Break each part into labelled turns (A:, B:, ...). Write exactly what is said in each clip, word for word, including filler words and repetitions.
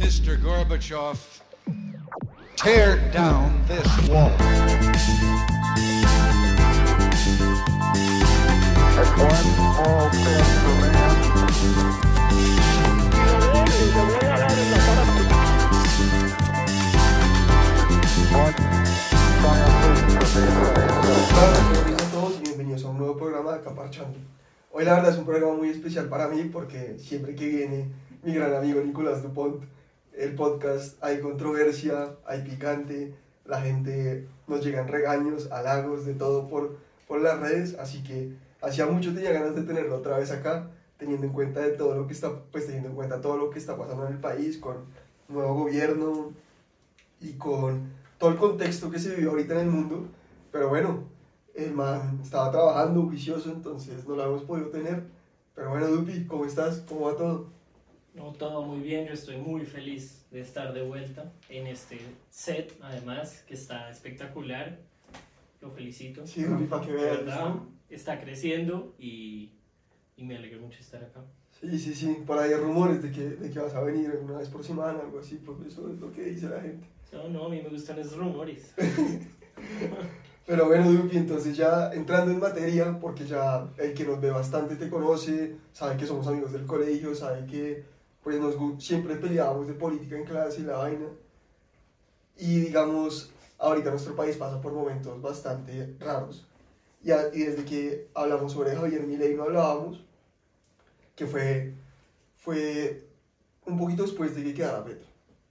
A: mister Gorbachev, tear down this wall.
B: That's one small step for man. One giant leap for mankind.
C: Hola a todos y bienvenidos a un nuevo programa de Acaparchando. Hoy la verdad es un programa muy especial para mí porque siempre que viene mi gran amigo Nicolás Dupont, el podcast hay controversia, hay picante, la gente nos llegan regaños, halagos, de todo por, por las redes, así que hacía mucho tenía ganas de tenerlo otra vez acá, teniendo en cuenta de todo lo que está, pues teniendo en cuenta todo lo que está pasando en el país, con nuevo gobierno y con todo el contexto que se vive ahorita en el mundo, pero bueno, el man estaba trabajando, juicioso, entonces no lo hemos podido tener. Pero bueno, Dupi, ¿cómo estás? ¿Cómo va todo?
D: No, todo muy bien, yo estoy muy feliz de estar de vuelta en este set, además, que está espectacular. Lo felicito.
C: Sí, Dupi, para que
D: De
C: veas.
D: verdad,
C: ¿No?
D: está creciendo y, y me alegra mucho estar acá.
C: Sí, sí, sí. Por ahí hay rumores de que, de que vas a venir una vez por semana, algo así, pues eso es lo que dice la gente.
D: No, no, a mí me gustan esos rumores.
C: Pero bueno, Dupi, entonces ya entrando en materia, porque ya el que nos ve bastante te conoce, sabe que somos amigos del colegio, sabe que pues nos gu- siempre peleábamos de política en clase y la vaina. Y digamos, ahorita nuestro país pasa por momentos bastante raros. Y, a- y desde que hablamos sobre Javier Milei no hablábamos, que fue, fue un poquito después de que quedara Petro.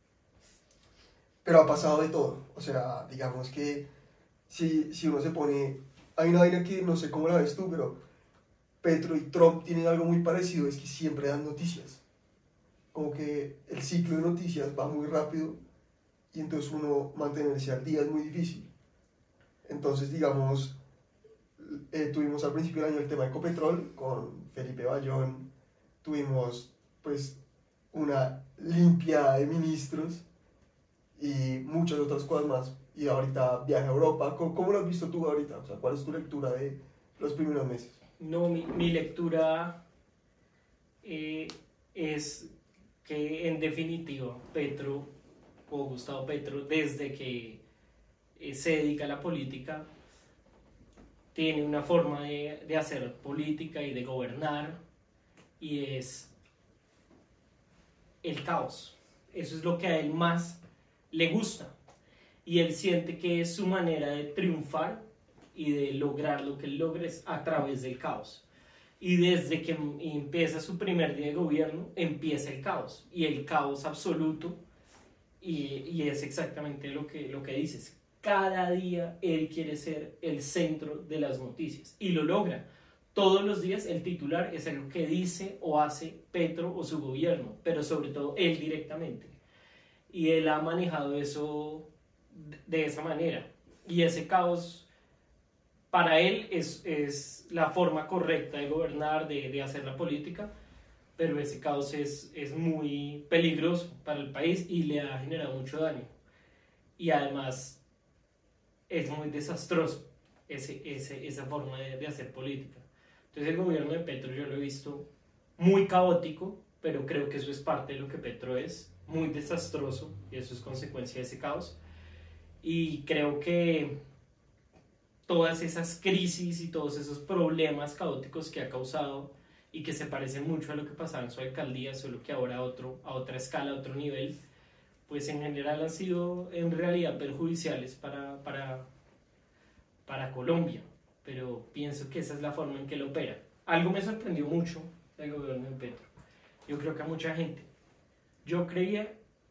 C: Pero ha pasado de todo, o sea, digamos que si, si uno se pone, hay una vaina que no sé cómo la ves tú, pero Petro y Trump tienen algo muy parecido, es que siempre dan noticias. Como que el ciclo de noticias va muy rápido y entonces uno mantenerse al día es muy difícil. Entonces, digamos, eh, tuvimos al principio del año el tema de Ecopetrol con Felipe Bayón, tuvimos pues una limpiada de ministros y muchas otras cosas más. Y ahorita viaje a Europa. ¿Cómo, cómo lo has visto tú ahorita? O sea, ¿cuál es tu lectura de los primeros meses?
D: No, mi, mi lectura eh, es que en definitiva Petro o Gustavo Petro, desde que eh, se dedica a la política, tiene una forma de, de hacer política y de gobernar y es el caos. Eso es lo que a él más le gusta y él siente que es su manera de triunfar y de lograr lo que él logra es a través del caos. Y desde que empieza su primer día de gobierno, empieza el caos, y el caos absoluto, y, y es exactamente lo que, lo que dices. Cada día él quiere ser el centro de las noticias, y lo logra. Todos los días el titular es algo que dice o hace Petro o su gobierno, pero sobre todo él directamente. Y él ha manejado eso de esa manera, y ese caos para él es, es la forma correcta de gobernar, de, de hacer la política, pero ese caos es, es muy peligroso para el país y le ha generado mucho daño, y además es muy desastroso ese, ese, esa forma de, de hacer política. Entonces el gobierno de Petro yo lo he visto muy caótico, pero creo que eso es parte de lo que Petro es, muy desastroso, y eso es consecuencia de ese caos. Y creo que todas esas crisis y todos esos problemas caóticos que ha causado y que se parecen mucho a lo que pasaba en su alcaldía, solo que ahora a, otro, a otra escala, a otro nivel, pues en general han sido en realidad perjudiciales para, para, para Colombia. Pero pienso que esa es la forma en que él opera. Algo me sorprendió mucho del gobierno de Petro. Yo creo que a mucha gente. Yo creía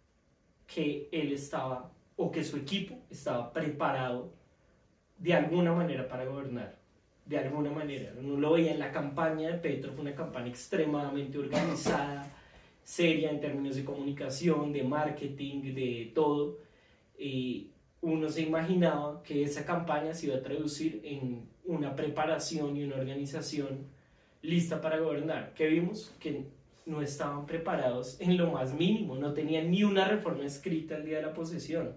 D: que él estaba, o que su equipo estaba preparado de alguna manera para gobernar, de alguna manera. Uno lo veía en la campaña de Petro, fue una campaña extremadamente organizada, seria en términos de comunicación, de marketing, de todo. Y uno se imaginaba que esa campaña se iba a traducir en una preparación y una organización lista para gobernar. ¿Qué vimos? Que no estaban preparados en lo más mínimo, no tenían ni una reforma escrita el día de la posesión.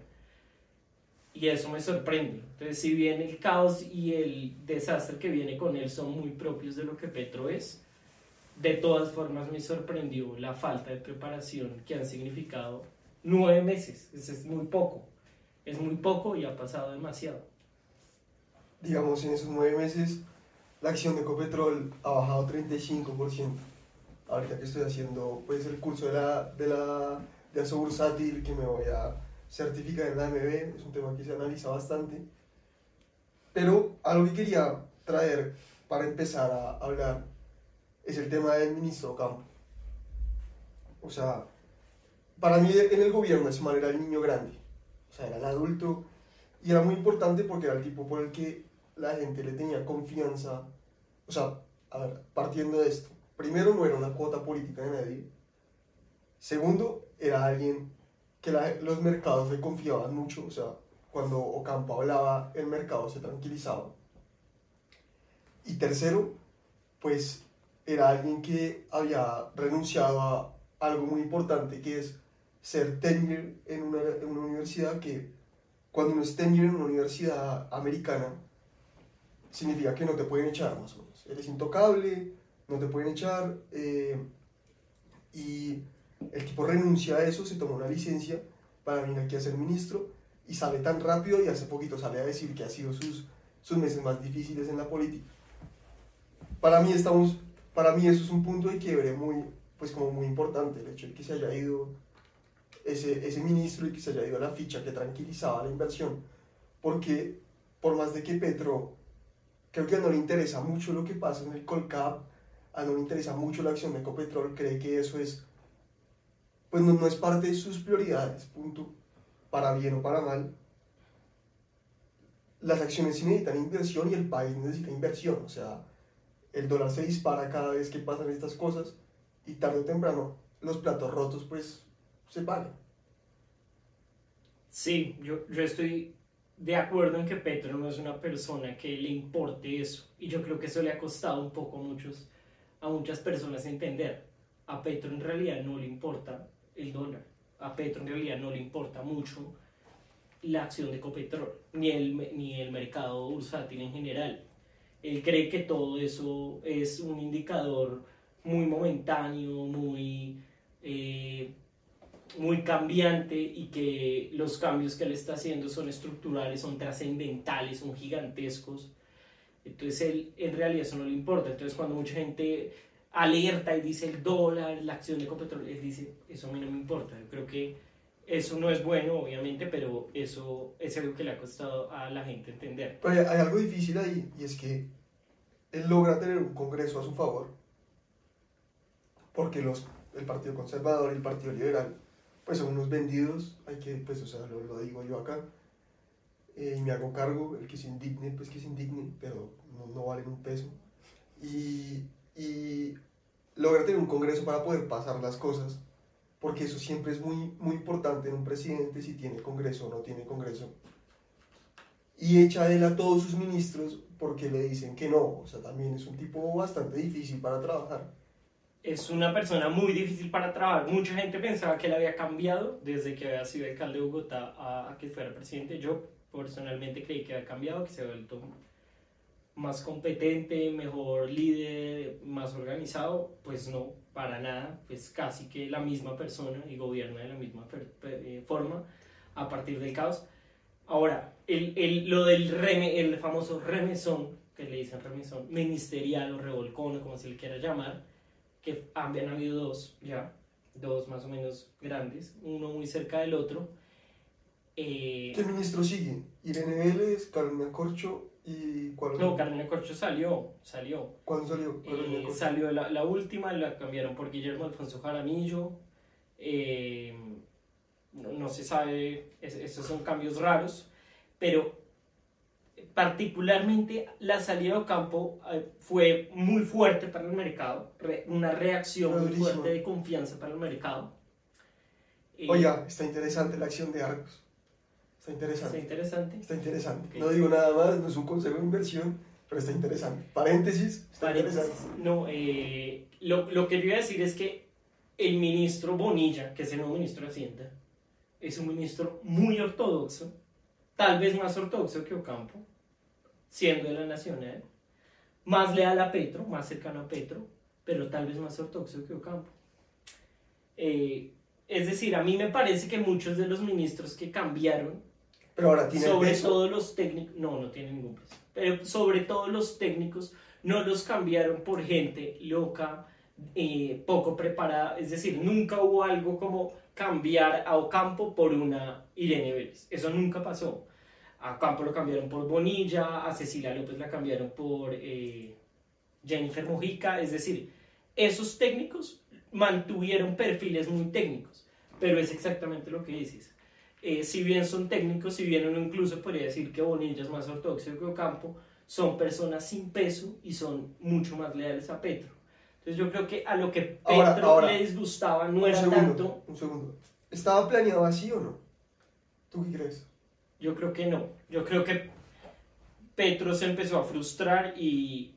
D: Y eso me sorprende. Entonces, si bien el caos y el desastre que viene con él son muy propios de lo que Petro es, de todas formas me sorprendió la falta de preparación que han significado nueve meses, eso es muy poco, es muy poco y ha pasado demasiado.
C: Digamos, en esos nueve meses, la acción de Ecopetrol ha bajado treinta y cinco por ciento. Ahorita que estoy haciendo pues, el curso de la, de la de Aso Bursátil, que me voy a certificar en la M B, es un tema que se analiza bastante. Pero algo que quería traer para empezar a hablar es el tema del ministro Ocampo. O sea, para mí en el gobierno ese man era el niño grande, o sea, era el adulto, y era muy importante porque era el tipo por el que la gente le tenía confianza. O sea, a ver, partiendo de esto, primero no era una cuota política de nadie, segundo era alguien que la, los mercados le confiaban mucho, o sea, cuando Ocampo hablaba el mercado se tranquilizaba, y tercero, pues era alguien que había renunciado a algo muy importante, que es ser tenure en una, en una universidad, que cuando uno es tenure en una universidad americana, significa que no te pueden echar, más o menos. Eres intocable, no te pueden echar, eh, y el tipo renuncia a eso, se toma una licencia para venir aquí a ser ministro, y sale tan rápido, y hace poquito sale a decir que ha sido sus, sus meses más difíciles en la política. Para mí, estamos, para mí eso es un punto de quiebre muy, pues como muy importante, el hecho de que se haya ido ese, ese ministro y que se haya ido a la ficha que tranquilizaba la inversión, porque por más de que Petro, creo que no le interesa mucho lo que pasa en el Colcap, a no le interesa mucho la acción de Ecopetrol, cree que eso es, pues no, no es parte de sus prioridades, punto, para bien o para mal. Las acciones sí necesitan inversión y el país necesita inversión, o sea, el dólar se dispara cada vez que pasan estas cosas, y tarde o temprano los platos rotos pues se pagan.
D: Sí, yo, yo estoy de acuerdo en que Petro no es una persona que le importe eso, y yo creo que eso le ha costado un poco a, muchos, a muchas personas entender. A Petro en realidad no le importa el dólar, a Petro en realidad no le importa mucho la acción de Ecopetrol, ni el, ni el mercado bursátil en general. Él cree que todo eso es un indicador muy momentáneo, muy, eh, muy cambiante, y que los cambios que él está haciendo son estructurales, son trascendentales, son gigantescos. Entonces él en realidad eso no le importa. Entonces cuando mucha gente alerta y dice el dólar, la acción de Ecopetrol, él dice eso a mí no me importa. Yo creo que eso no es bueno, obviamente, pero eso es algo que le ha costado a la gente entender.
C: Pero hay, hay algo difícil ahí, y es que él logra tener un congreso a su favor, porque los, el Partido Conservador y el Partido Liberal pues son unos vendidos, hay que, pues, o sea, lo, lo digo yo acá, eh, y me hago cargo, el que se indigne, pues que se indigne, pero no, no valen un peso, y, y logra tener un congreso para poder pasar las cosas, porque eso siempre es muy, muy importante en un presidente, si tiene congreso o no tiene congreso, y echa a él a todos sus ministros porque le dicen que no, o sea, también es un tipo bastante difícil para trabajar.
D: Es una persona muy difícil para trabajar. Mucha gente pensaba que él había cambiado desde que había sido alcalde de Bogotá a, a que fuera presidente. Yo personalmente creí que había cambiado, que se había vuelto más competente, mejor líder, más organizado. Pues no, para nada. Pues casi que la misma persona y gobierna de la misma forma a partir del caos. Ahora, el, el, lo del reme, el famoso remesón, que le dicen remesón, ministerial o revolcón, o como se le quiera llamar, que habían habido dos ya, dos más o menos grandes, uno muy cerca del otro. Eh,
C: ¿Qué ministro sigue? Irene Vélez, Carolina Corcho y ¿cuál?
D: No, Carolina Corcho salió, salió.
C: ¿Cuándo salió?
D: Eh, salió la, la última, la cambiaron por Guillermo Alfonso Jaramillo. Eh, no, no se sabe, es, esos son cambios raros, pero particularmente la salida de Ocampo eh, fue muy fuerte para el mercado, re, una reacción muy
C: Durísimo.
D: fuerte de confianza para el mercado. Eh,
C: Oiga, está interesante la acción de Argos. Está interesante.
D: Está interesante.
C: Está interesante.
D: Okay.
C: No digo nada más, no es un consejo de inversión, pero está interesante. Paréntesis, está
D: Paréntesis.
C: interesante.
D: No, eh, lo, lo que yo iba a decir es que el ministro Bonilla, que es el nuevo ministro de Hacienda, es un ministro muy ortodoxo, tal vez más ortodoxo que Ocampo, siendo de la Nacional, más leal a Petro, más cercano a Petro, pero tal vez más ortodoxo que Ocampo. Eh, Es decir, a mí me parece que muchos de los ministros que cambiaron,
C: Pero ahora tiene
D: sobre
C: peso.
D: todo los técnicos, no, no tienen ningún peso, pero sobre todo los técnicos, no los cambiaron por gente loca, eh, poco preparada. Es decir, nunca hubo algo como cambiar a Ocampo por una Irene Vélez. Eso nunca pasó. A Ocampo lo cambiaron por Bonilla, a Cecilia López la cambiaron por eh, Jennifer Mojica. Es decir, esos técnicos mantuvieron perfiles muy técnicos, pero es exactamente lo que dices. Eh, si bien son técnicos, si bien uno incluso podría decir que Bonilla es más ortodoxo que Ocampo, son personas sin peso y son mucho más leales a Petro. Entonces yo creo que a lo que Petro
C: Ahora, ahora,
D: le disgustaba no
C: Un
D: era
C: segundo,
D: tanto.
C: un segundo. ¿Estaba planeado así o no? ¿Tú qué crees?
D: Yo creo que no. Yo creo que Petro se empezó a frustrar y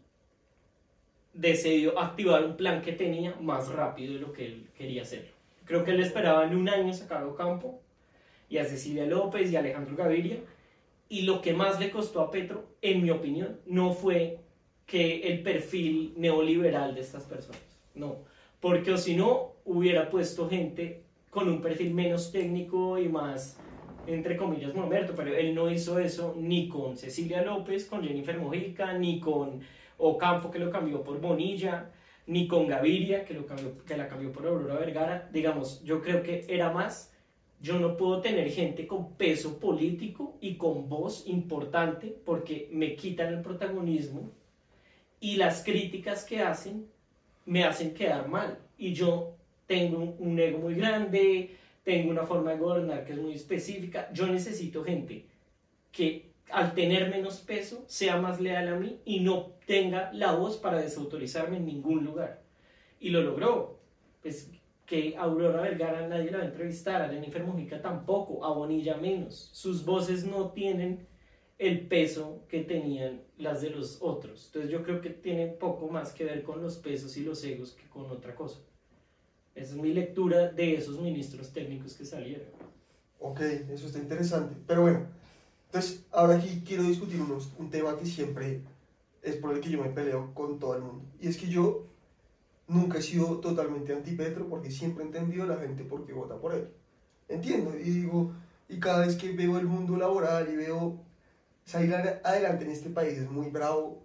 D: decidió activar un plan que tenía más rápido de lo que él quería hacerlo. Creo que él esperaba en un año sacar a Ocampo y a Cecilia López y a Alejandro Gaviria, y lo que más le costó a Petro, en mi opinión, no fue que el perfil neoliberal de estas personas, no, porque o si no, hubiera puesto gente con un perfil menos técnico y más, entre comillas, muerto, pero él no hizo eso ni con Cecilia López, con Jennifer Mojica, ni con Ocampo, que lo cambió por Bonilla, ni con Gaviria, que, lo cambió, que la cambió por Aurora Vergara. Digamos, yo creo que era más, yo no puedo tener gente con peso político y con voz importante porque me quitan el protagonismo y las críticas que hacen me hacen quedar mal. Y yo tengo un, un ego muy grande, tengo una forma de gobernar que es muy específica. Yo necesito gente que al tener menos peso sea más leal a mí y no tenga la voz para desautorizarme en ningún lugar. Y lo logró. Pues que a Aurora Vergara nadie la va a entrevistar, a Jennifer Mojica tampoco, a Bonilla menos. Sus voces no tienen el peso que tenían las de los otros. Entonces yo creo que tiene poco más que ver con los pesos y los egos que con otra cosa. Esa es mi lectura de esos ministros técnicos que salieron.
C: Ok, eso está interesante. Pero bueno, entonces ahora aquí quiero discutir unos, un tema que siempre es por el que yo me peleo con todo el mundo. Y es que yo nunca he sido totalmente anti-Petro porque siempre he entendido a la gente por qué vota por él. Entiendo, y digo, y cada vez que veo el mundo laboral y veo salir adelante en este país es muy bravo,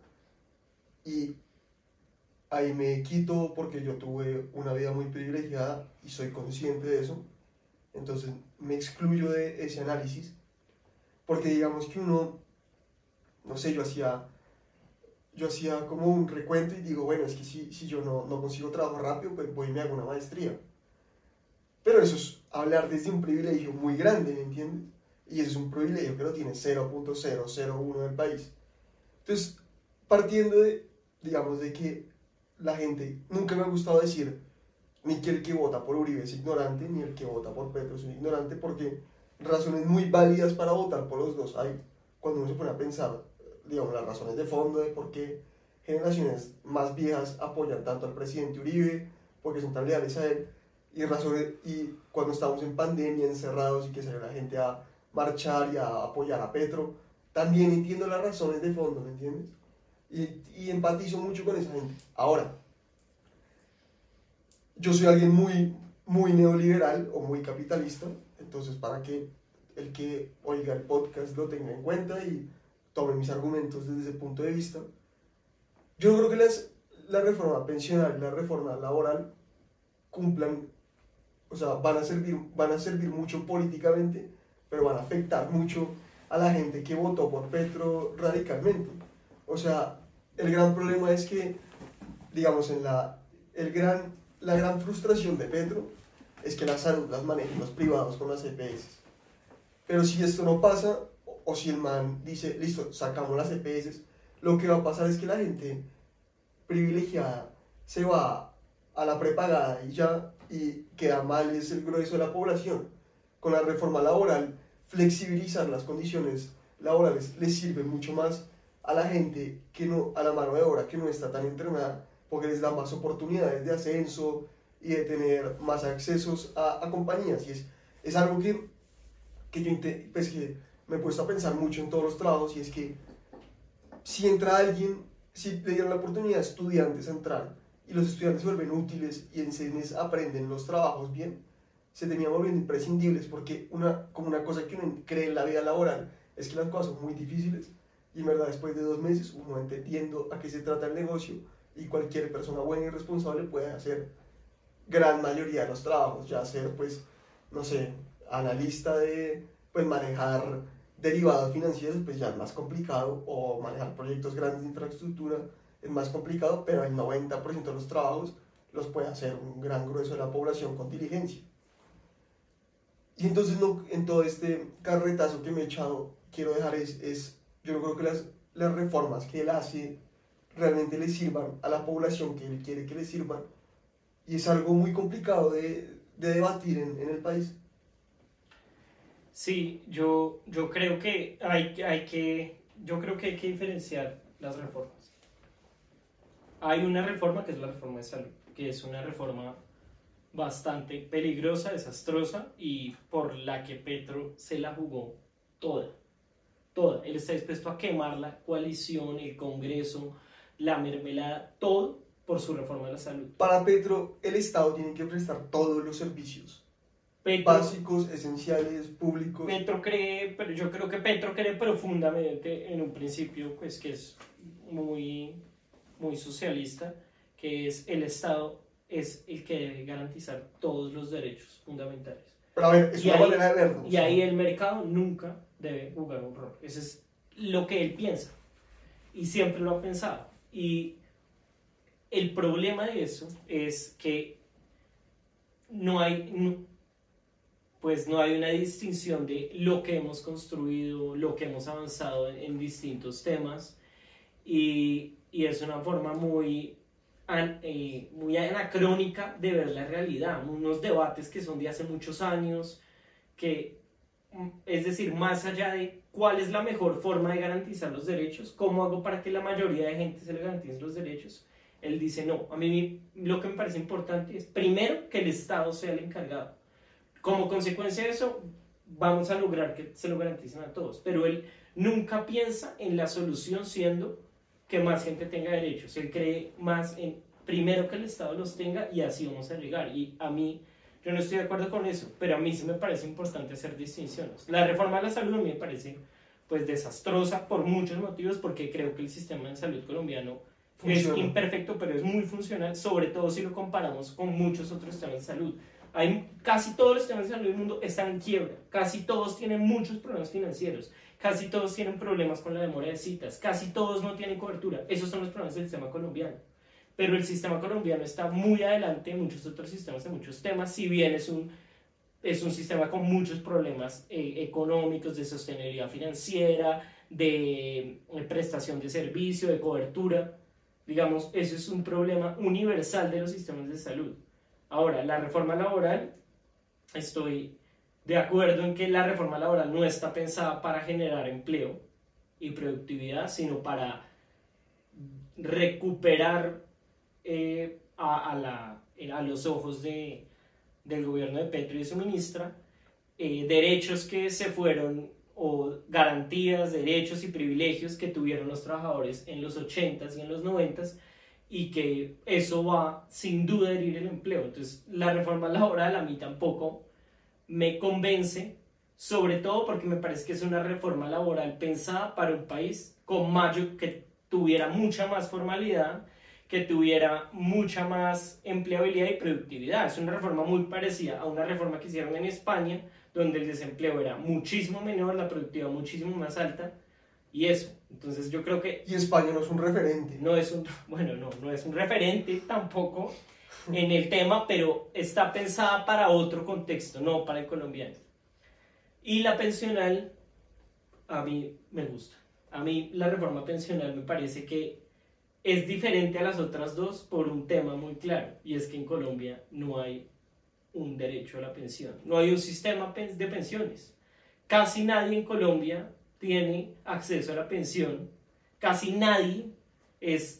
C: y ahí me quito porque yo tuve una vida muy privilegiada y soy consciente de eso. Entonces me excluyo de ese análisis porque digamos que uno, no sé, yo hacía yo hacía como un recuento y digo, bueno, es que si, si yo no, no consigo trabajo rápido, pues voy y me hago una maestría. Pero eso es hablar desde un privilegio muy grande, ¿me entiendes? Y eso es un privilegio que lo tiene cero punto cero cero uno del país. Entonces, partiendo de, digamos, de que la gente, nunca me ha gustado decir ni que el que vota por Uribe es ignorante, ni el que vota por Petro es un ignorante, porque razones muy válidas para votar por los dos hay, cuando uno se pone a pensar, digamos, las razones de fondo de por qué generaciones más viejas apoyan tanto al presidente Uribe, porque son tan leales a él, y, razones, y cuando estamos en pandemia, encerrados, y que sale la gente a marchar y a apoyar a Petro, también entiendo las razones de fondo, ¿me entiendes? Y, y empatizo mucho con esa gente. Ahora, yo soy alguien muy, muy neoliberal o muy capitalista, entonces para que el que oiga el podcast lo tenga en cuenta y tome mis argumentos desde ese punto de vista. Yo no creo que las, la reforma pensional y la reforma laboral cumplan, o sea, van a servir, van a servir mucho políticamente, pero van a afectar mucho a la gente que votó por Petro radicalmente. O sea, el gran problema es que, digamos, en la, el gran, la gran frustración de Petro es que la salud las manejen los privados con las E P S. Pero si esto no pasa, o si el man dice, listo, sacamos las E P S, lo que va a pasar es que la gente privilegiada se va a la prepagada y ya, y queda mal es el grueso de la población. Con la reforma laboral, flexibilizar las condiciones laborales les sirve mucho más a la gente, que no, a la mano de obra que no está tan entrenada, porque les da más oportunidades de ascenso y de tener más accesos a, a compañías. Y es, es algo que, que yo pues que me he puesto a pensar mucho en todos los trabajos, y es que si entra alguien, si le dieron la oportunidad a estudiantes a entrar, y los estudiantes se vuelven útiles y en seis meses aprenden los trabajos bien, se terminan volviendo imprescindibles, porque una, como una cosa que uno cree en la vida laboral es que las cosas son muy difíciles, y en verdad después de dos meses uno entendiendo a qué se trata el negocio, y cualquier persona buena y responsable puede hacer gran mayoría de los trabajos, ya ser, pues, no sé, analista de, pues, manejar derivados financieros, pues ya es más complicado, o manejar proyectos grandes de infraestructura es más complicado, pero el noventa por ciento de los trabajos los puede hacer un gran grueso de la población con diligencia. Y entonces, no, en todo este carretazo que me he echado, quiero dejar es, es yo no creo que las, las reformas que él hace realmente le sirvan a la población que él quiere que le sirvan, y es algo muy complicado de, de debatir en, en el país.
D: Sí, yo, yo creo que hay, hay que yo creo que hay que diferenciar las reformas. Hay una reforma que es la reforma de salud, que es una reforma bastante peligrosa, desastrosa, y por la que Petro se la jugó toda, toda. Él está dispuesto a quemar la coalición, el Congreso, la mermelada, todo por su reforma de la salud.
C: Para Petro, el Estado tiene que prestar todos los servicios
D: Petro,
C: básicos, esenciales, públicos.
D: Petro cree, pero yo creo que Petro cree profundamente en un principio, pues, que es muy, muy socialista, que es el Estado es el que debe garantizar todos los derechos fundamentales.
C: Pero a ver, es
D: Y
C: una
D: ahí-
C: manera de verlo.
D: Y ahí el mercado nunca debe jugar un rol. Eso es lo que él piensa. Y siempre lo ha pensado. Y el problema de eso es que no hay, no- pues no hay una distinción de lo que hemos construido, lo que hemos avanzado en, en distintos temas. Y, y es una forma muy, an- eh, muy anacrónica de ver la realidad. Unos debates que son de hace muchos años, que, mm, es decir, más allá de cuál es la mejor forma de garantizar los derechos, cómo hago para que la mayoría de gente se le garanticen los derechos, él dice no. A mí lo que me parece importante es primero que el Estado sea el encargado. Como consecuencia de eso vamos a lograr que se lo garanticen a todos, pero él nunca piensa en la solución siendo que más gente tenga derechos. Él cree más en primero que el Estado los tenga y así vamos a llegar. Y a mí, yo no estoy de acuerdo con eso, pero a mí sí me parece importante hacer distinciones. La reforma de la salud a mí me parece pues desastrosa por muchos motivos, porque creo que el sistema de salud colombiano
C: Funciona.
D: es imperfecto, pero es muy funcional, sobre todo si lo comparamos con muchos otros sistemas de salud. Hay, casi todos los sistemas de salud del mundo están en quiebra, casi todos tienen muchos problemas financieros, casi todos tienen problemas con la demora de citas, casi todos no tienen cobertura. Esos son los problemas del sistema colombiano. Pero el sistema colombiano está muy adelante de muchos otros sistemas, en muchos temas, si bien es un, es un sistema con muchos problemas eh, económicos, de sostenibilidad financiera, de, de prestación de servicio, de cobertura. Digamos, eso es un problema universal de los sistemas de salud. Ahora, la reforma laboral, estoy de acuerdo en que la reforma laboral no está pensada para generar empleo y productividad, sino para recuperar eh, a, a, la, a los ojos de, del gobierno de Petro y de su ministra eh, derechos que se fueron, o garantías, derechos y privilegios que tuvieron los trabajadores en los ochentas y en los noventas, y que eso va sin duda a herir el empleo. Entonces la reforma laboral a mí tampoco me convence, sobre todo porque me parece que es una reforma laboral pensada para un país con mayor, que tuviera mucha más formalidad, que tuviera mucha más empleabilidad y productividad. Es una reforma muy parecida a una reforma que hicieron en España, donde el desempleo era muchísimo menor, la productividad muchísimo más alta, y eso. Entonces yo creo que
C: Y España no es un referente.
D: no es un, bueno, no, no es un referente tampoco en el tema, pero está pensada para otro contexto, no para el colombiano. Y la pensional, a mí me gusta. A mí la reforma pensional me parece que es diferente a las otras dos por un tema muy claro, y es que en Colombia no hay un derecho a la pensión, no hay un sistema de pensiones. Casi nadie en Colombia tiene acceso a la pensión, casi nadie. Es,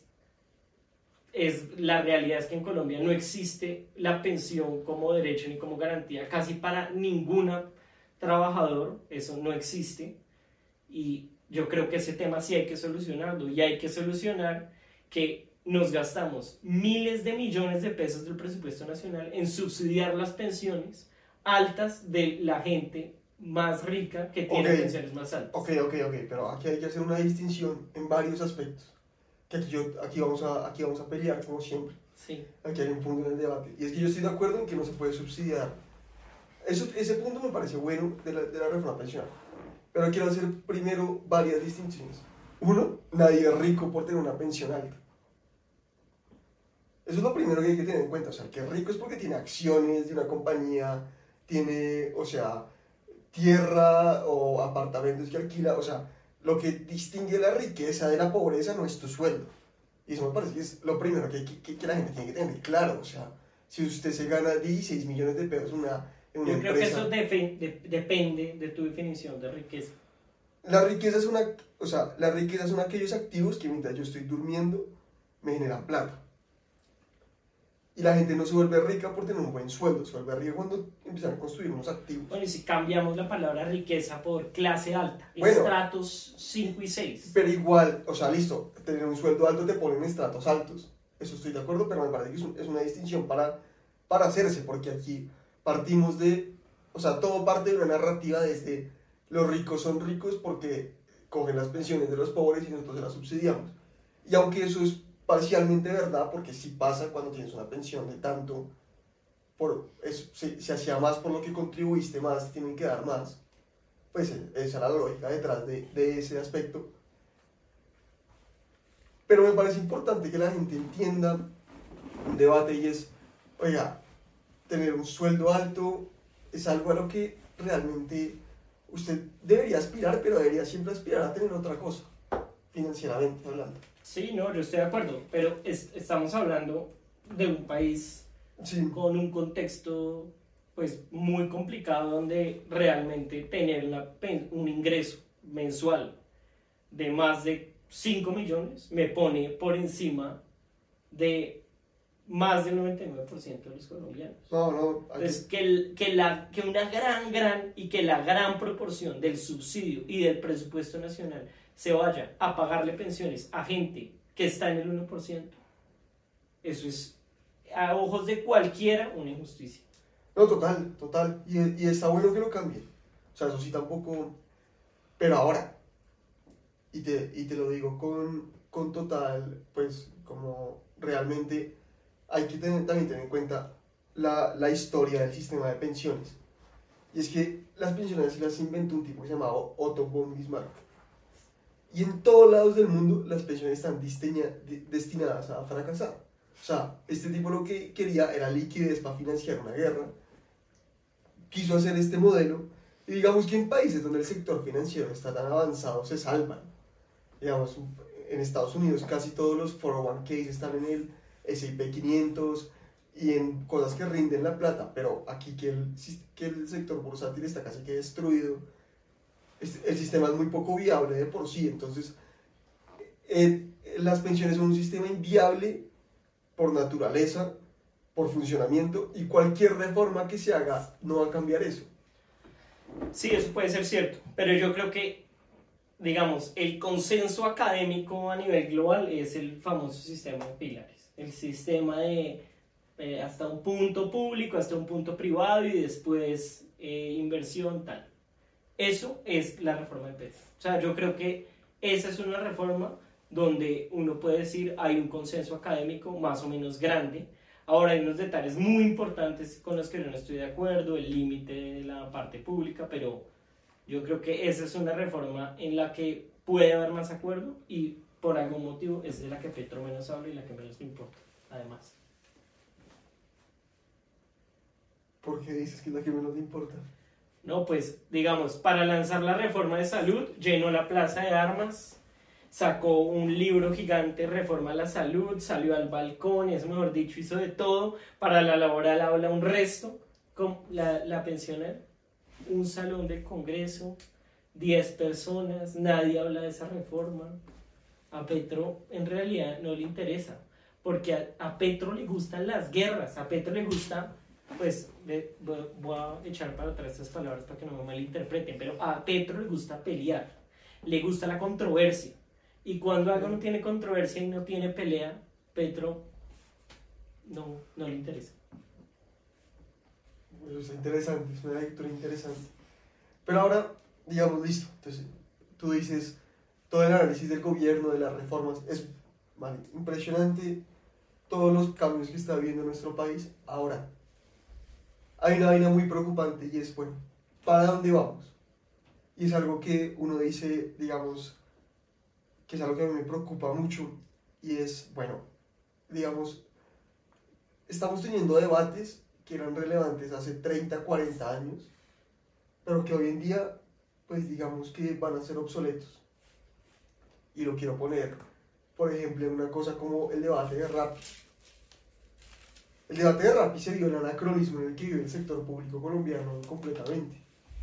D: es, la realidad es que en Colombia no existe la pensión como derecho ni como garantía, casi para ningún trabajador, eso no existe, y yo creo que ese tema sí hay que solucionarlo, y hay que solucionar que nos gastamos miles de millones de pesos del presupuesto nacional en subsidiar las pensiones altas de la gente más rica que tiene
C: Ok.
D: pensiones más altas.
C: Ok, ok, ok, pero aquí hay que hacer una distinción en varios aspectos. Que aquí, yo, aquí, vamos a, aquí vamos a pelear como siempre.
D: Sí.
C: Aquí hay un punto en el debate. Y es que yo estoy de acuerdo en que no se puede subsidiar. Eso, ese punto me parece bueno de la, de la reforma pensional. Pero quiero hacer primero varias distinciones. Uno, nadie es rico por tener una pensión alta. Eso es lo primero que hay que tener en cuenta. O sea, el que es rico es porque tiene acciones de una compañía, tiene, o sea, tierra o apartamentos que alquila. O sea, lo que distingue la riqueza de la pobreza no es tu sueldo. Y eso me parece que es lo primero que, que, que la gente tiene que tener claro. O sea, si usted se gana dieciséis millones de pesos en una, en una
D: Yo creo
C: empresa...
D: que eso defe- de- depende de tu definición de riqueza.
C: La riqueza es una, o sea, la riqueza son aquellos activos que mientras yo estoy durmiendo me generan plata. Y la gente no se vuelve rica por tener un buen sueldo, se vuelve rica cuando empiezan a construir unos activos.
D: Bueno, y si cambiamos la palabra riqueza por clase alta,
C: Bueno.
D: estratos cinco y seis.
C: Pero igual, o sea, listo, tener un sueldo alto te pone en estratos altos. Eso estoy de acuerdo, pero me parece que es, un- es una distinción para, para hacerse, porque aquí partimos de, o sea, todo parte de una narrativa desde los ricos son ricos porque cogen las pensiones de los pobres y nosotros se las subsidiamos. Y aunque eso es parcialmente verdad, porque sí pasa cuando tienes una pensión de tanto, por, es, se, se hacía más por lo que contribuiste más, tienen que dar más, pues eh, esa era la lógica detrás de, de ese aspecto. Pero me parece importante que la gente entienda un debate y es, oiga, tener un sueldo alto es algo a lo que realmente usted debería aspirar, pero debería siempre aspirar a tener otra cosa, financieramente hablando.
D: Sí, no, yo estoy de acuerdo, pero es- estamos hablando de un país
C: Sí,
D: con un contexto pues muy complicado donde realmente tener una pen- un ingreso mensual de más de cinco millones me pone por encima de más del noventa y nueve por ciento de los colombianos.
C: no, no, hay que-
D: Entonces, que, el- que, la, que una gran, gran y que la gran proporción del subsidio y del presupuesto nacional se vaya a pagarle pensiones a gente que está en el uno por ciento, eso es, a ojos de cualquiera, una injusticia.
C: no, total, total, y, y está bueno que lo cambie, o sea, eso sí tampoco, pero ahora, y te, y te lo digo con, con total, pues, como realmente hay que tener, también tener en cuenta la, la historia del sistema de pensiones, y es que las pensiones se las inventó un tipo que se llamaba Otto von Bismarck, y en todos lados del mundo las pensiones están disteña- de- destinadas a fracasar. O sea, este tipo lo que quería era liquidez para financiar una guerra, quiso hacer este modelo, y digamos que en países donde el sector financiero está tan avanzado se salvan. Digamos, en Estados Unidos casi todos los cuatro oh uno Ks están en el ese y pe quinientos y en cosas que rinden la plata, pero aquí que el, que el sector bursátil está casi que destruido, el sistema es muy poco viable de por sí, entonces eh, las pensiones son un sistema inviable por naturaleza, por funcionamiento, y cualquier reforma que se haga no va a cambiar eso.
D: Sí, eso puede ser cierto, pero yo creo que, digamos, el consenso académico a nivel global es el famoso sistema de pilares, el sistema de eh, hasta un punto público, hasta un punto privado y después eh, inversión tal. Eso es la reforma del P E T. O sea, yo creo que esa es una reforma donde uno puede decir hay un consenso académico más o menos grande. Ahora hay unos detalles muy importantes con los que yo no estoy de acuerdo, el límite de la parte pública, pero yo creo que esa es una reforma en la que puede haber más acuerdo y por algún motivo es de la que Petro menos habla y la que menos le importa, además.
C: ¿Por qué dices que es la que menos le importa?
D: No, pues, digamos, para lanzar la reforma de salud, llenó la plaza de armas, sacó un libro gigante, Reforma a la Salud, salió al balcón, es mejor dicho, hizo de todo. Para la laboral habla un resto, con la, la pensionera, un salón del Congreso, diez personas, nadie habla de esa reforma. A Petro en realidad no le interesa, porque a, a Petro le gustan las guerras, a Petro le gusta... Pues de, voy a echar para atrás estas palabras para que no me malinterpreten, pero a Petro le gusta pelear, le gusta la controversia, y cuando algo no tiene controversia y no tiene pelea, Petro no, no le interesa.
C: Eso está interesante, es una lectura interesante. Pero ahora, digamos, listo. Entonces, tú dices, todo el análisis del gobierno, de las reformas, es vale, impresionante todos los cambios que está viviendo nuestro país. Ahora, hay una vaina muy preocupante y es, bueno, ¿para dónde vamos? Y es algo que uno dice, digamos, que es algo que a mí me preocupa mucho y es, bueno, digamos, estamos teniendo debates que eran relevantes hace treinta, cuarenta años, pero que hoy en día, pues digamos que van a ser obsoletos. Y lo quiero poner, por ejemplo, en una cosa como el debate de Rappi. El debate de Rappi se vio el anacronismo en el que vive el sector público colombiano completamente.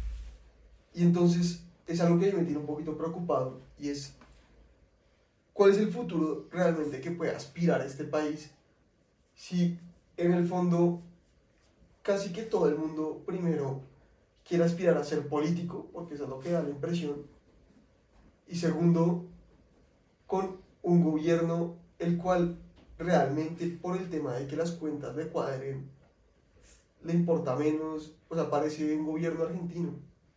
C: Y entonces es algo que me tiene un poquito preocupado y es, ¿cuál es el futuro realmente que puede aspirar a este país si en el fondo casi que todo el mundo primero quiere aspirar a ser político, porque eso es lo que da la impresión, y segundo, con un gobierno el cual realmente por el tema de que las cuentas le cuadren le importa menos, o sea, parece un gobierno argentino?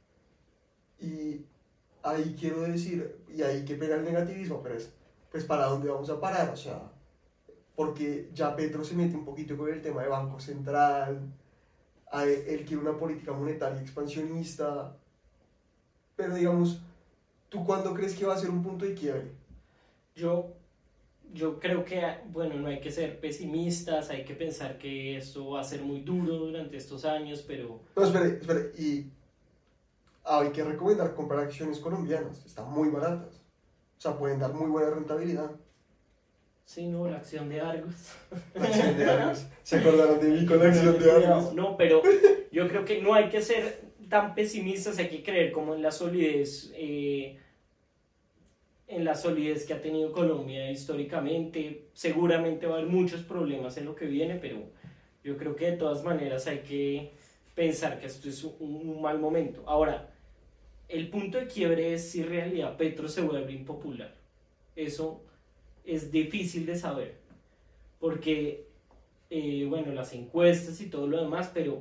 C: Y ahí quiero decir, y ahí que pega el negativismo, pero es, pues ¿para dónde vamos a parar? O sea, porque ya Petro se mete un poquito con el tema de Banco Central, él quiere una política monetaria expansionista, pero digamos, ¿tú cuándo crees que va a ser un punto de quiebre?
D: Yo, yo creo que, bueno, no hay que ser pesimistas, hay que pensar que esto va a ser muy duro durante estos años, pero...
C: No, espere, espere, y hay que recomendar comprar acciones colombianas, están muy baratas, o sea, pueden dar muy buena rentabilidad.
D: Sí, no, la acción de Argos.
C: La acción de Argos, se acordaron de mí con la acción de Argos.
D: No, pero yo creo que no hay que ser tan pesimistas, hay que creer como en la solidez, eh, en la solidez que ha tenido Colombia históricamente. Seguramente va a haber muchos problemas en lo que viene, pero yo creo que de todas maneras hay que pensar que esto es un, un mal momento. Ahora, el punto de quiebre es si en realidad Petro se vuelve impopular. Eso es difícil de saber, porque, eh, bueno, las encuestas y todo lo demás, pero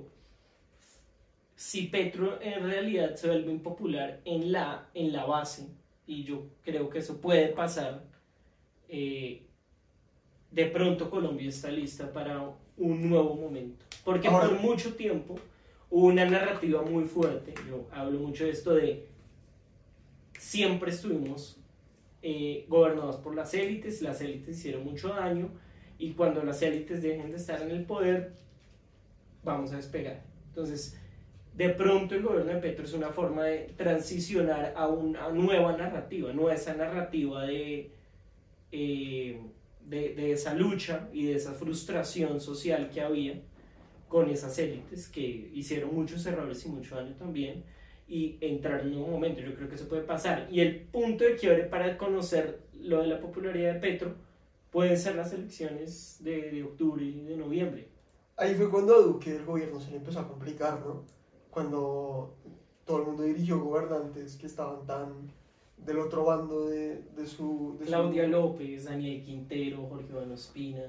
D: si Petro en realidad se vuelve impopular en la, en la base, y yo creo que eso puede pasar, eh, de pronto Colombia está lista para un nuevo momento, porque
C: Ahora,
D: por mucho tiempo hubo una narrativa muy fuerte. Yo hablo mucho de esto de siempre estuvimos eh, gobernados por las élites, las élites hicieron mucho daño y cuando las élites dejen de estar en el poder vamos a despegar. Entonces, de pronto el gobierno de Petro es una forma de transicionar a una nueva narrativa, no esa narrativa de, eh, de, de esa lucha y de esa frustración social que había con esas élites que hicieron muchos errores y mucho daño también, y entrar en un nuevo momento. Yo creo que eso puede pasar, y el punto de quiebre para conocer lo de la popularidad de Petro pueden ser las elecciones de, de octubre y de noviembre.
C: ahí fue cuando a Duque el gobierno se le empezó a complicar, ¿no? Cuando todo el mundo dirigió gobernantes que estaban tan del otro bando de, de su... De
D: Claudia
C: su...
D: López, Daniel Quintero, Jorge Iván Ospina.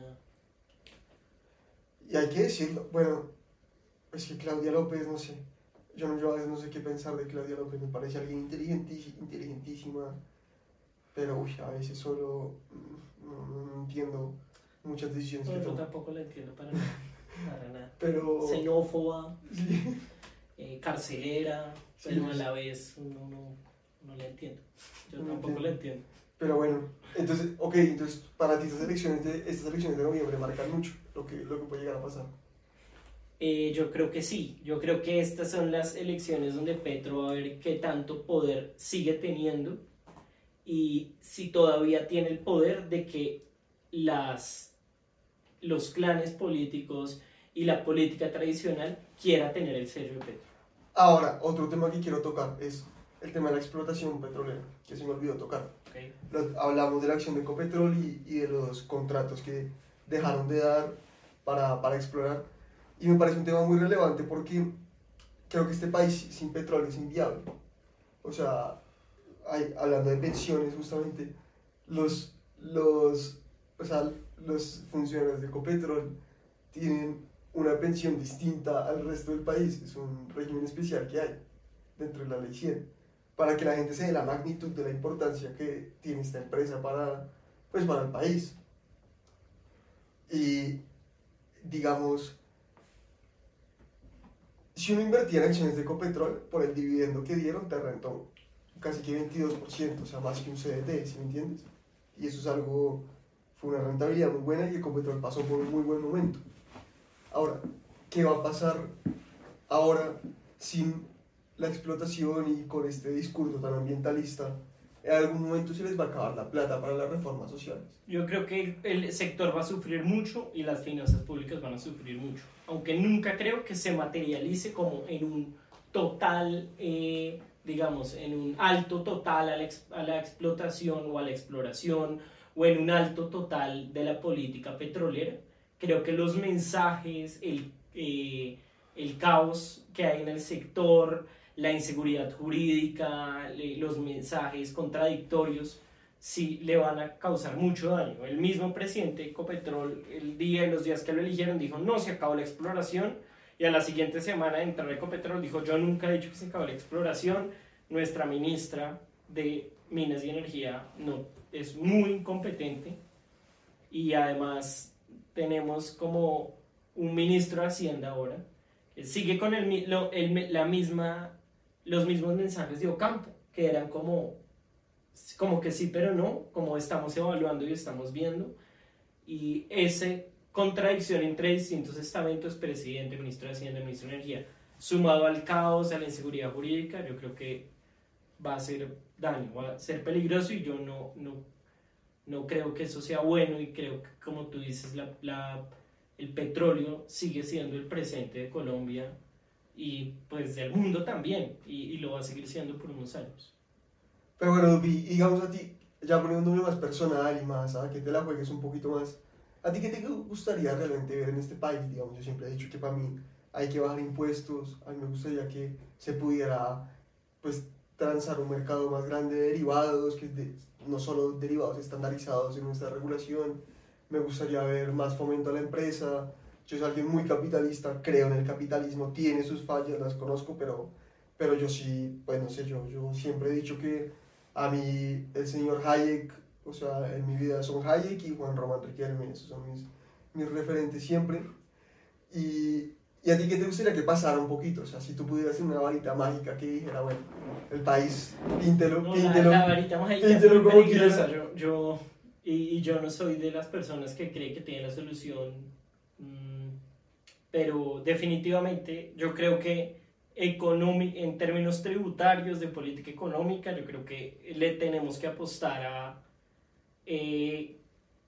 C: Y hay que decirlo, bueno, es que Claudia López, no sé, yo, no, yo a veces no sé qué pensar de Claudia López, me parece alguien inteligentísima, inteligentísima, pero uy, a veces solo no, no, no entiendo muchas decisiones
D: Bueno,
C: que
D: yo
C: toma.
D: tampoco la entiendo para nada. Para nada.
C: Pero...
D: Xenófoba,
C: Sí.
D: eh, carcelera,
C: Sí,
D: pero a
C: sí.
D: la vez no, no, no la entiendo. Yo
C: No
D: tampoco
C: entiendo.
D: la entiendo.
C: Pero bueno, entonces, ok, entonces para ti estas elecciones de, estas elecciones de noviembre marcan mucho lo que, lo que puede llegar a pasar.
D: Eh, yo creo que sí, yo creo que estas son las elecciones donde Petro va a ver qué tanto poder sigue teniendo y si todavía tiene el poder de que las, los clanes políticos y la política tradicional quiera tener el sello de Petro.
C: Ahora, otro tema que quiero tocar es el tema de la explotación petrolera, que se me olvidó tocar.
D: ¿Okay?
C: Lo- hablamos de la acción de Ecopetrol y, y de los contratos que dejaron de dar para, para explorar. Y me parece un tema muy relevante porque creo que este país sin petróleo es inviable. O sea, hay, hablando de pensiones justamente, los, los, o sea, los funcionarios de Ecopetrol tienen una pensión distinta al resto del país, es un régimen especial que hay dentro de la ley cien, para que la gente se dé la magnitud de la importancia que tiene esta empresa para, pues, para el país. Y digamos, si uno invertía en acciones de Ecopetrol, por el dividendo que dieron, te rentó casi que veintidós por ciento, o sea, más que un C D T, ¿sí me entiendes? Y eso es algo, fue una rentabilidad muy buena y Ecopetrol pasó por un muy buen momento. Ahora, ¿qué va a pasar ahora sin la explotación y con este discurso tan ambientalista? En algún momento se les va a acabar la plata para las reformas sociales.
D: Yo creo que el sector va a sufrir mucho y las finanzas públicas van a sufrir mucho, aunque nunca creo que se materialice como en un total, eh, digamos, en un alto total a la, ex, a la explotación o a la exploración, o en un alto total de la política petrolera. Creo que los mensajes, el, eh, el caos que hay en el sector, la inseguridad jurídica, los mensajes contradictorios, sí le van a causar mucho daño. El mismo presidente de Ecopetrol, el día y los días que lo eligieron, dijo, no, se acabó la exploración, y a la siguiente semana de entrar a Ecopetrol dijo, yo nunca he dicho que se acabó la exploración. Nuestra ministra de Minas y Energía no, es muy incompetente, y además tenemos como un ministro de Hacienda ahora, que sigue con el, lo, el, la misma... los mismos mensajes de Ocampo, que eran como, como que sí, pero no, como estamos evaluando y estamos viendo, y esa contradicción entre distintos estamentos, presidente, ministro de Hacienda, ministro de Energía, sumado al caos, a la inseguridad jurídica, yo creo que va a hacer daño, va a ser peligroso, y yo no, no, no creo que eso sea bueno, y creo que, como tú dices, la, la, el petróleo sigue siendo el presente de Colombia, y pues del mundo también, y, y lo va a seguir siendo por unos años.
C: Pero bueno, digamos a ti, ya poniéndome más personal y más a que te la juegues un poquito más, ¿a ti qué te gustaría realmente ver en este país? Digamos, yo siempre he dicho que para mí hay que bajar impuestos, a mí me gustaría que se pudiera, pues, transar un mercado más grande de derivados, que de, no solo derivados estandarizados en nuestra regulación, me gustaría ver más fomento a la empresa. Yo soy alguien muy capitalista, creo en el capitalismo, tiene sus fallas, las conozco, pero, pero yo sí, pues no sé, yo, yo siempre he dicho que a mí el señor Hayek, o sea, en mi vida son Hayek y Juan Román Riquelme, esos son mis, mis referentes siempre. Y, y a ti, ¿qué te gustaría que pasara un poquito? O sea, si tú pudieras hacer una varita mágica que dijera, bueno, el país, píntelo,
D: no,
C: píntelo,
D: la, la varita mágica
C: píntelo
D: es muy
C: como
D: peligrosa.
C: quiera.
D: Yo, yo, y, y yo no soy de las personas que cree que tienen la solución. Pero definitivamente yo creo que en términos tributarios, de política económica, yo creo que le tenemos que apostar a eh,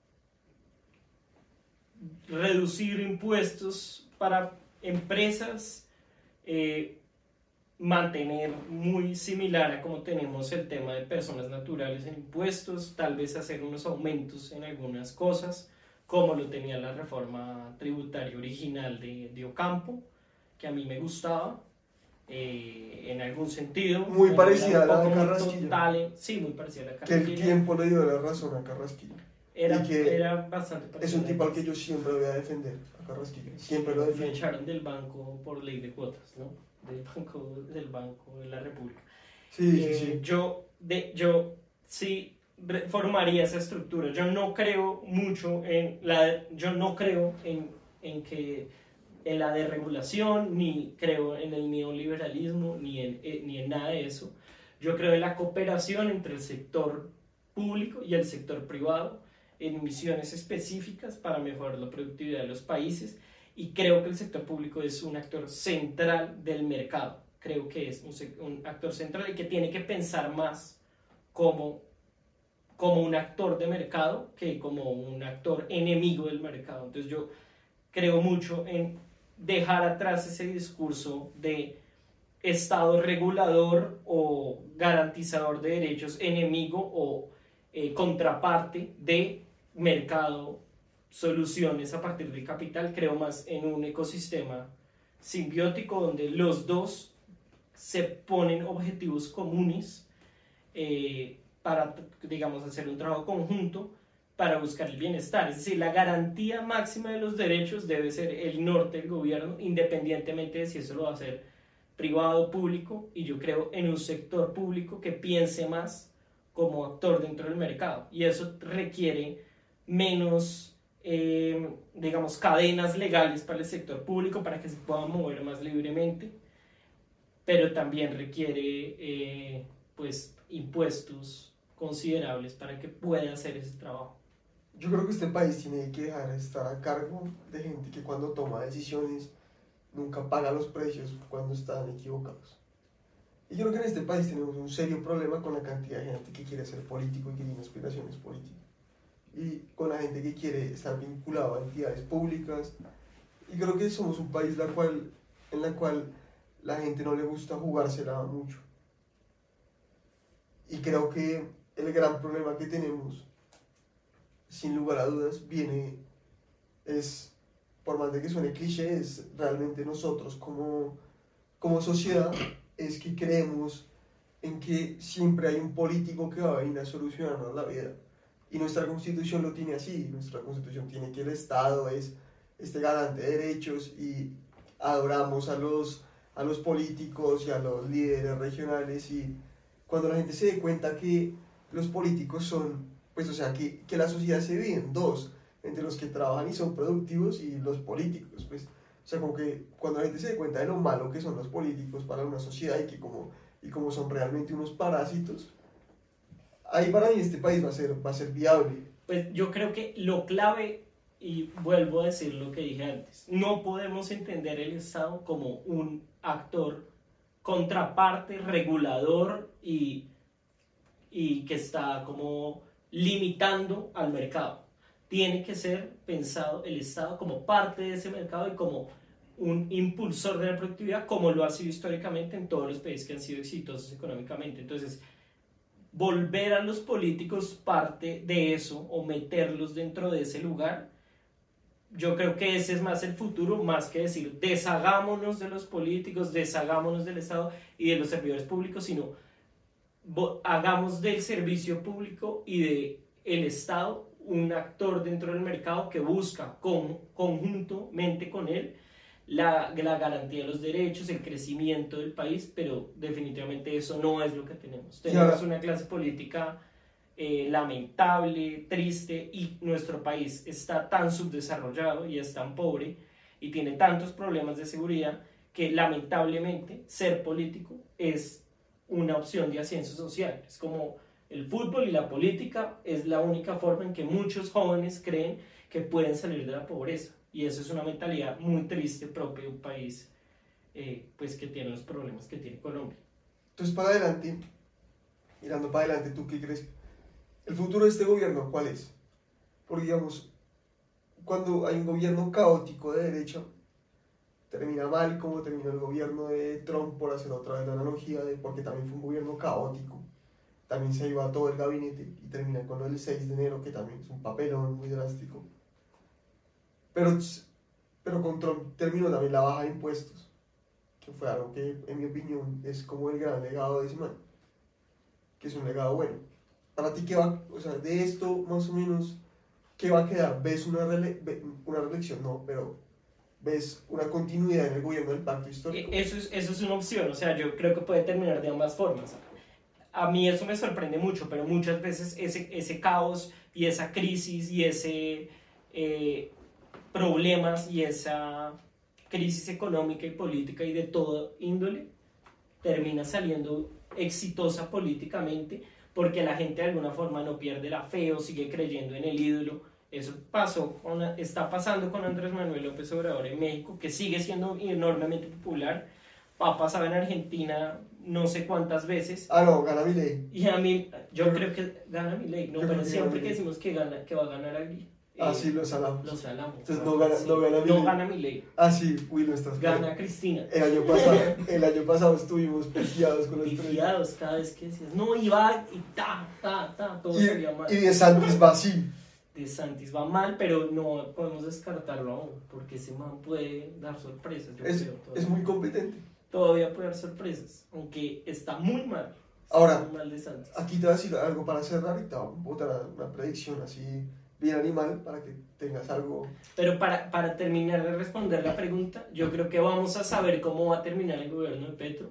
D: reducir impuestos para empresas, eh, mantener muy similar a como tenemos el tema de personas naturales en impuestos, tal vez hacer unos aumentos en algunas cosas, como lo tenía la reforma tributaria original de, de Ocampo, que a mí me gustaba, eh, en algún sentido.
C: Muy parecida a la de
D: muy
C: Carrasquilla.
D: total, sí, muy parecida a la
C: Que
D: Carrasquilla.
C: el tiempo le dio la razón a Carrasquilla.
D: Era,
C: y que
D: era bastante parecida.
C: Es un tipo al que yo siempre voy a defender, a Carrasquilla. Siempre lo
D: Me
C: defiendo.
D: echaron del banco por ley de cuotas, ¿no? Del banco, del banco de la República.
C: Sí, sí,
D: Eh,
C: sí.
D: Yo, de, yo sí reformaría esa estructura. Yo no creo mucho en la, yo no creo en, en que en la desregulación, ni creo en el neoliberalismo, ni en, eh, ni en nada de eso. Yo creo en la cooperación entre el sector público y el sector privado en misiones específicas para mejorar la productividad de los países, y creo que el sector público es un actor central del mercado. Creo que es un, un actor central y que tiene que pensar más como, como un actor de mercado que como un actor enemigo del mercado. Entonces yo creo mucho en dejar atrás ese discurso de Estado regulador o garantizador de derechos, enemigo o eh, contraparte de mercado, soluciones a partir del capital. Creo más en un ecosistema simbiótico donde los dos se ponen objetivos comunes eh, para, digamos, hacer un trabajo conjunto, para buscar el bienestar. Es decir, la garantía máxima de los derechos debe ser el norte del gobierno, independientemente de si eso lo va a hacer privado o público, y yo creo en un sector público que piense más como actor dentro del mercado, y eso requiere menos, eh, digamos, cadenas legales para el sector público para que se pueda mover más libremente, pero también requiere eh, pues impuestos considerables para que pueda hacer ese trabajo.
C: Yo creo que este país tiene que dejar de estar a cargo de gente que cuando toma decisiones nunca paga los precios cuando están equivocados. Y yo creo que en este país tenemos un serio problema con la cantidad de gente que quiere ser político y que tiene aspiraciones políticas. Y con la gente que quiere estar vinculado a entidades públicas. Y creo que somos un país la cual, en la cual la gente no le gusta jugársela mucho. Y creo que el gran problema que tenemos, sin lugar a dudas, viene, es, por más de que suene cliché, es realmente nosotros como, como sociedad, es que creemos en que siempre hay un político que va a venir a solucionarnos la vida. Y nuestra constitución lo tiene así, nuestra constitución tiene que el Estado es este garante de derechos y adoramos a los, a los políticos y a los líderes regionales, y cuando la gente se dé cuenta que los políticos son, pues o sea, que, que la sociedad se divide en dos, entre los que trabajan y son productivos y los políticos, pues, o sea, como que cuando la gente se dé cuenta de lo malo que son los políticos para una sociedad y que como, y como son realmente unos parásitos, ahí para mí este país va a ser, va a ser viable.
D: Pues yo creo que lo clave, y vuelvo a decir lo que dije antes, no podemos entender el Estado como un actor contraparte, regulador y, y que está como limitando al mercado. Tiene que ser pensado el Estado como parte de ese mercado y como un impulsor de la productividad, como lo ha sido históricamente en todos los países que han sido exitosos económicamente. Entonces, volver a los políticos parte de eso o meterlos dentro de ese lugar, yo creo que ese es más el futuro, más que decir deshagámonos de los políticos, deshagámonos del Estado y de los servidores públicos, sino hagamos del servicio público y del Estado un actor dentro del mercado que busca con, conjuntamente con él la, la garantía de los derechos, el crecimiento del país, pero definitivamente eso no es lo que tenemos. Tenemos
C: ahora,
D: una clase política eh, lamentable, triste, y nuestro país está tan subdesarrollado y es tan pobre y tiene tantos problemas de seguridad que lamentablemente ser político es una opción de ascenso social. Es como el fútbol y la política es la única forma en que muchos jóvenes creen que pueden salir de la pobreza, y eso es una mentalidad muy triste propia de un país eh, pues que tiene los problemas que tiene Colombia.
C: Entonces, para adelante, mirando para adelante, ¿tú qué crees? ¿El futuro de este gobierno cuál es? Porque, digamos, cuando hay un gobierno caótico de derecha, termina mal, como terminó el gobierno de Trump, por hacer otra vez la analogía, de, porque también fue un gobierno caótico. También se iba todo el gabinete y termina con el seis de enero, que también es un papelón muy drástico. Pero, pero con Trump terminó también la baja de impuestos, que fue algo que, en mi opinión, es como el gran legado de ese man, que es un legado bueno. Para ti, ¿qué va, o sea, de esto más o menos, qué va a quedar? ¿Ves una, rele una reelección? No, pero ¿ves una continuidad en el gobierno del pacto histórico?
D: Eso es, eso es una opción, o sea, yo creo que puede terminar de ambas formas. A mí eso me sorprende mucho, pero muchas veces ese, ese caos y esa crisis y ese eh, problemas y esa crisis económica y política y de toda índole termina saliendo exitosa políticamente porque la gente de alguna forma no pierde la fe o sigue creyendo en el ídolo. Eso pasó con, está pasando con Andrés Manuel López Obrador en México, que sigue siendo enormemente popular. Ha pasado en Argentina no sé cuántas veces.
C: Ah, no, gana Milei.
D: Y a mí, yo,
C: yo
D: creo que gana Milei, no,
C: yo
D: pero
C: creo que
D: siempre
C: gana
D: que decimos que, gana, que va a ganar alguien.
C: Ah,
D: eh,
C: sí, lo salamos.
D: Lo salamos.
C: Entonces no gana, no gana Milei.
D: No gana Milei.
C: Ah, sí, uy, no estás
D: Gana
C: claro.
D: Cristina.
C: El año pasado, el año pasado estuvimos pifiados con los tres.
D: Pifiados cada vez que decías, no, y va, y ta, ta, ta, todo
C: Y,
D: salía mal.
C: y de Santis va así.
D: De Santis va mal, pero no podemos descartarlo aún, porque ese man puede dar sorpresas. Yo
C: Es,
D: creo,
C: es muy competente.
D: Todavía puede dar sorpresas, aunque está muy mal. Está
C: Ahora,
D: muy mal de Santis.
C: Aquí te voy a decir algo para cerrar y te voy a botar una predicción así bien animal para que tengas algo.
D: Pero para, para terminar de responder la pregunta, yo creo que vamos a saber cómo va a terminar el gobierno de Petro.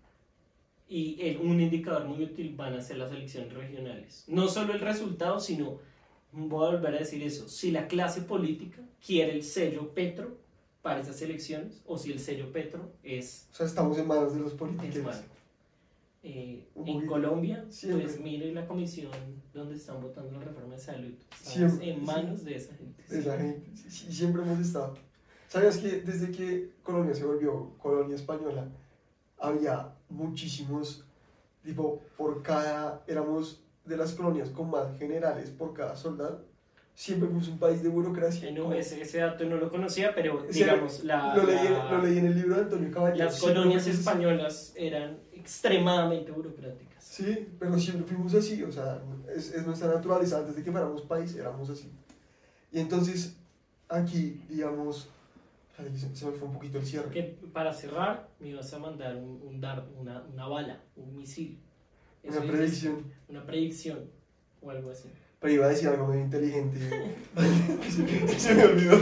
D: Y el- un indicador muy útil van a ser las elecciones regionales. No solo el resultado, sino, voy a volver a decir eso, si la clase política quiere el sello Petro para esas elecciones, o si el sello Petro es,
C: O sea, estamos en manos de los
D: es
C: políticos.
D: malo. Eh,
C: Un
D: en
C: poquito.
D: Colombia,
C: Siempre.
D: pues mire la comisión donde están votando la reforma de salud. Estamos
C: Siempre,
D: en manos de esa gente.
C: De esa gente. Sí, sí, siempre hemos estado. ¿Sabías que desde que Colombia se volvió colonia española, había muchísimos, tipo, por cada, éramos de las colonias con más generales por cada soldado? Siempre fuimos un país de burocracia.
D: Eh, no,
C: Como-
D: ese, ese dato no lo conocía, pero
C: Ese-
D: digamos, la,
C: lo, leí,
D: la-
C: lo leí en el libro de Antonio Caballero.
D: las
C: Siempre
D: colonias
C: fuimos así.
D: españolas eran extremadamente burocráticas.
C: Sí, pero siempre fuimos así, o sea, es, es nuestra naturaleza, antes de que fuéramos país éramos así. Y entonces, aquí, digamos, ay, se, se me fue un poquito el cierre.
D: Que para cerrar, me ibas a mandar un, un dardo, una, una bala, un misil.
C: Una
D: Eso es
C: predicción.
D: Una predicción o algo así.
C: Pero iba a decir algo muy inteligente. se, se me olvidó.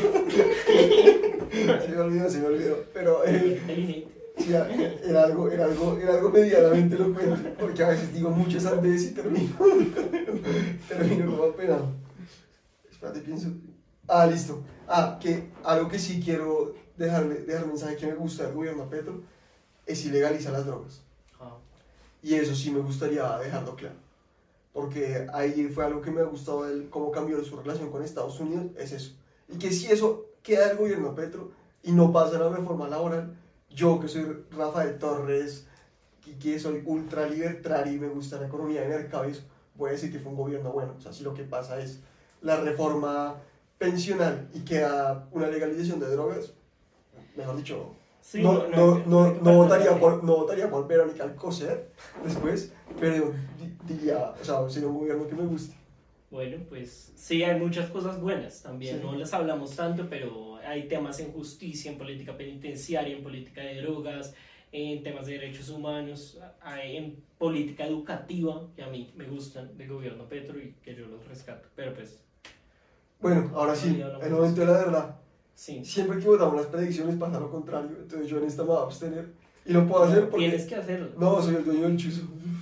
C: se me olvidó, se me olvidó. Pero eh,
D: Inteligente.
C: sí, era, era algo, era, algo, era algo medianamente elocuente, porque a veces digo muchas antes y termino, termino como apenado. Espérate, pienso. Ah, listo. Ah, que algo que sí quiero dejarle, dejar mensaje que me gusta del gobierno Petro es ilegalizar las drogas.
D: Ah,
C: Y eso sí me gustaría dejarlo claro. Porque ahí fue algo que me ha gustado de él, cómo cambió su relación con Estados Unidos, es eso. Y que si eso queda del gobierno Petro y no pasa la reforma laboral, yo que soy Rafael Torres y que soy ultra libertario y me gusta la economía de mercado, y eso, voy a decir que fue un gobierno bueno. O sea, si lo que pasa es la reforma pensional y queda una legalización de drogas, mejor dicho,
D: sí,
C: no, no, no,
D: que
C: no,
D: para-
C: votaría por, no votaría por Verónica Alcocer después, pero di- diría, o sea, sería un gobierno que me guste.
D: Bueno, pues sí, hay muchas cosas buenas también,
C: Sí.
D: no las hablamos tanto, pero hay temas en justicia, en política penitenciaria, en política de drogas, en temas de derechos humanos, hay- en política educativa, que a mí me gustan del gobierno Petro y que yo los rescato, pero pues
C: Bueno, ahora sí,
D: Sí, hablamos
C: el
D: de
C: momento de la verdad.
D: sí.
C: Siempre que votamos las predicciones pasa lo contrario, entonces yo en esta me voy a abstener. Y lo puedo hacer porque...
D: Tienes que hacerlo.
C: No, soy el dueño del chuzo.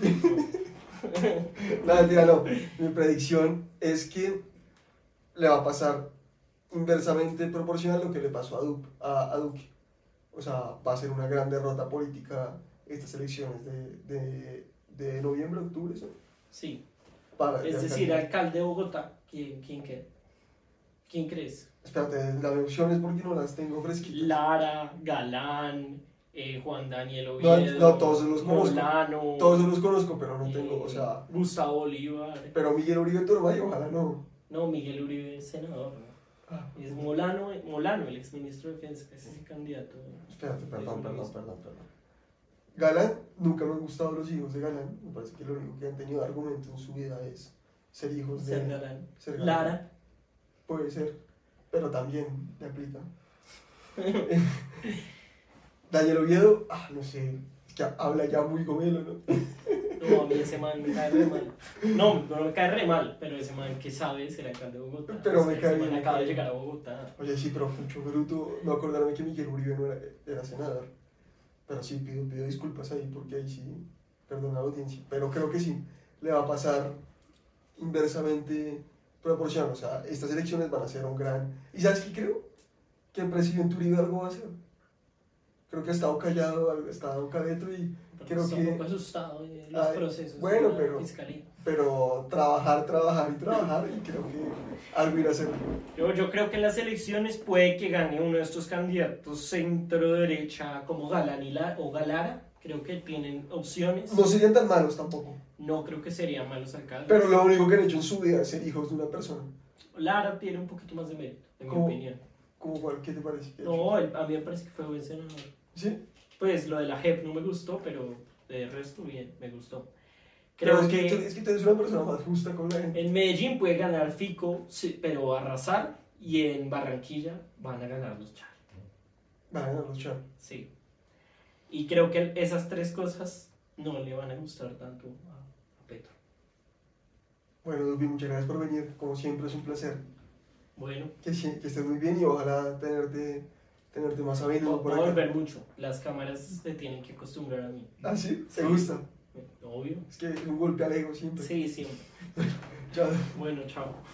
C: No, mentira, no. Mi predicción es que le va a pasar inversamente proporcional a lo que le pasó a, Du- a, a Duque. O sea, va a ser una gran derrota política estas elecciones de, de, de noviembre, octubre, ¿sí?
D: Sí,
C: Para,
D: es
C: de
D: decir,
C: alcalde.
D: alcalde de Bogotá, ¿quién, quién, qué? ¿Quién crees?
C: Espérate, dame opciones porque no las tengo fresquitas.
D: Lara, Galán, eh, Juan Daniel
C: No,
D: Oviedo,
C: no, todos los conozco.
D: Molano,
C: Todos los conozco, pero no tengo,
D: eh,
C: o sea...
D: Gustavo Bolívar.
C: Pero Miguel Uribe Turbay, ojalá no.
D: No, Miguel Uribe es senador. ¿no?
C: Ah,
D: Es Molano, Molano, el exministro de Defensa, ese es el candidato.
C: espérate, perdón,
D: Es
C: perdón,
D: Luis.
C: perdón, perdón. Galán, nunca me han gustado los hijos de Galán. Me parece que lo único que han tenido de argumento en su vida es ser hijos de...
D: Ser Galán.
C: ser Galán.
D: Lara.
C: Puede ser, pero también le aplica. Daniel Oviedo, ah, no sé, es que habla ya muy gomelo, ¿no?
D: No, a mí ese man me cae re mal. No, no me cae re mal, pero ese man que sabe ser alcalde de Bogotá.
C: Pero me
D: Ese
C: cae
D: man
C: bien, me
D: acaba
C: cae
D: de
C: bien.
D: llegar a Bogotá.
C: Oye, sí, pero mucho bruto no acordarme que Miguel Uribe no era, era senador. Pero sí, pido, pido disculpas ahí porque ahí sí, perdona la audiencia. Pero creo que sí, le va a pasar inversamente proporcional. O sea, estas elecciones van a ser un gran... ¿Y sabes qué creo? Que el presidente Uribe algo va a hacer. Creo que ha estado callado, ha estado cadeto y...
D: Pero
C: Creo
D: está
C: que-
D: un poco asustado de los
C: Ay,
D: procesos
C: bueno,
D: de la
C: pero-
D: fiscalía.
C: Pero trabajar, trabajar y trabajar y creo que algo irá a hacer.
D: Yo, yo creo que en las elecciones puede que gane uno de estos candidatos centro-derecha como Galán y La- o Galara. Creo que tienen opciones.
C: No serían tan malos tampoco.
D: No creo que serían malos alcaldes.
C: Pero lo único que han hecho en su vida es ser hijos de una persona.
D: Lara tiene un poquito más de mérito, en mi
C: ¿Cómo?
D: opinión.
C: ¿Cómo cuál? ¿Qué te parece? que ha
D: No, el- a mí me parece que fue buen senador.
C: hecho? ¿Sí?
D: Pues lo de la J E P no me gustó, pero de resto bien, me gustó.
C: Pero
D: Creo
C: es que, tú-
D: que
C: es que tú eres una persona más justa con la gente.
D: en Medellín puede ganar Fico, sí, pero arrasar, y en Barranquilla van a ganar los Char.
C: Van a ganar los chavos.
D: Sí. Y creo que esas tres cosas no le van a gustar tanto a, a Petro.
C: Bueno, Dubi, muchas gracias por venir. Como siempre, es un placer
D: Bueno,
C: Que, sí, que estés muy bien y ojalá tenerte, tenerte más a
D: voy
C: menudo por
D: a
C: acá.
D: volver mucho. Las cámaras se tienen que acostumbrar a mí.
C: ¿Ah, sí? ¿Te
D: Sí.
C: gusta?
D: Obvio.
C: Es que es un golpe al ego siempre.
D: Sí, siempre.
C: Chao.
D: Bueno, chao.